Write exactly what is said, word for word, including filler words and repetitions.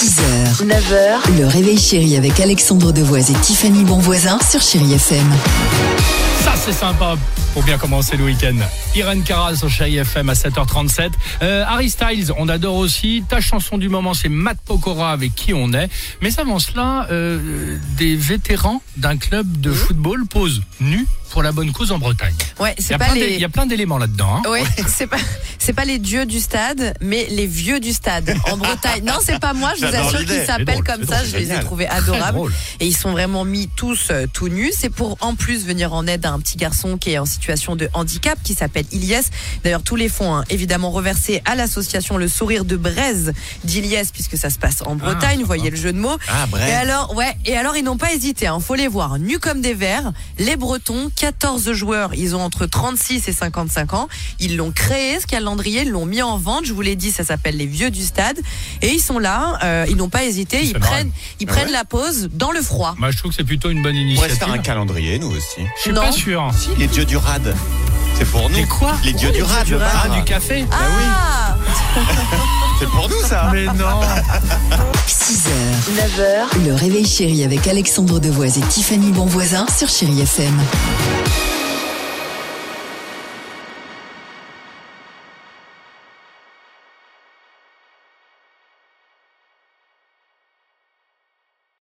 six heures, neuf heures, le réveil chéri avec Alexandre Devoise et Tiffany Bonvoisin sur Chéri F M. Ça c'est sympa pour bien commencer le week-end. Irène Cara sur Chéri F M à sept heures trente-sept. Euh, Harry Styles, on adore aussi. Ta chanson du moment, c'est Matt Pokora avec Qui on est. Mais avant cela, euh, des vétérans d'un club de football posent nus pour la bonne cause en Bretagne. Ouais, Il y c'est a pas plein les. d'é- il y a plein d'éléments là-dedans. Hein. Ouais, c'est pas c'est pas les dieux du stade, mais les vieux du stade en Bretagne. Non, c'est pas moi, je vous J'adore assure l'idée. qu'ils C'est s'appellent drôle, comme c'est ça, drôle, je c'est les ai génial. trouvés Très adorables. drôle. Et ils sont vraiment mis tous euh, tout nus, c'est pour en plus venir en aide à un petit garçon qui est en situation de handicap qui s'appelle Ilyes. D'ailleurs, tous les fonds hein, évidemment reversés à l'association Le Sourire de Braise d'Ilyes puisque ça se passe en Bretagne, vous voyez le jeu de mots. Ah, bref. Et alors, ouais, et alors ils n'ont pas hésité, hein, faut les voir, nus comme des vers. Les Bretons, quatorze joueurs, ils ont entre trente-six et cinquante-cinq ans. Ils l'ont créé, ce calendrier, ils l'ont mis en vente. Je vous l'ai dit, ça s'appelle les Vieux du Stade. Et ils sont là, euh, ils n'ont pas hésité, ils C'est prennent, marrant. ils Ah prennent ouais la pause dans le froid. Moi, je trouve que c'est plutôt une bonne On pourrait se initiative. faire un calendrier, nous aussi. Je suis Non. pas sûr. Si, les dieux du rad. C'est pour nous. Les quoi Les dieux Oh, du les rad, dieux le du rad. bar. Ah, du café. Ah, C'est pour nous, ça. Mais non. six heures, neuf heures, le réveil chéri avec Alexandre Devoise et Tiffany Bonvoisin sur Chéri F M.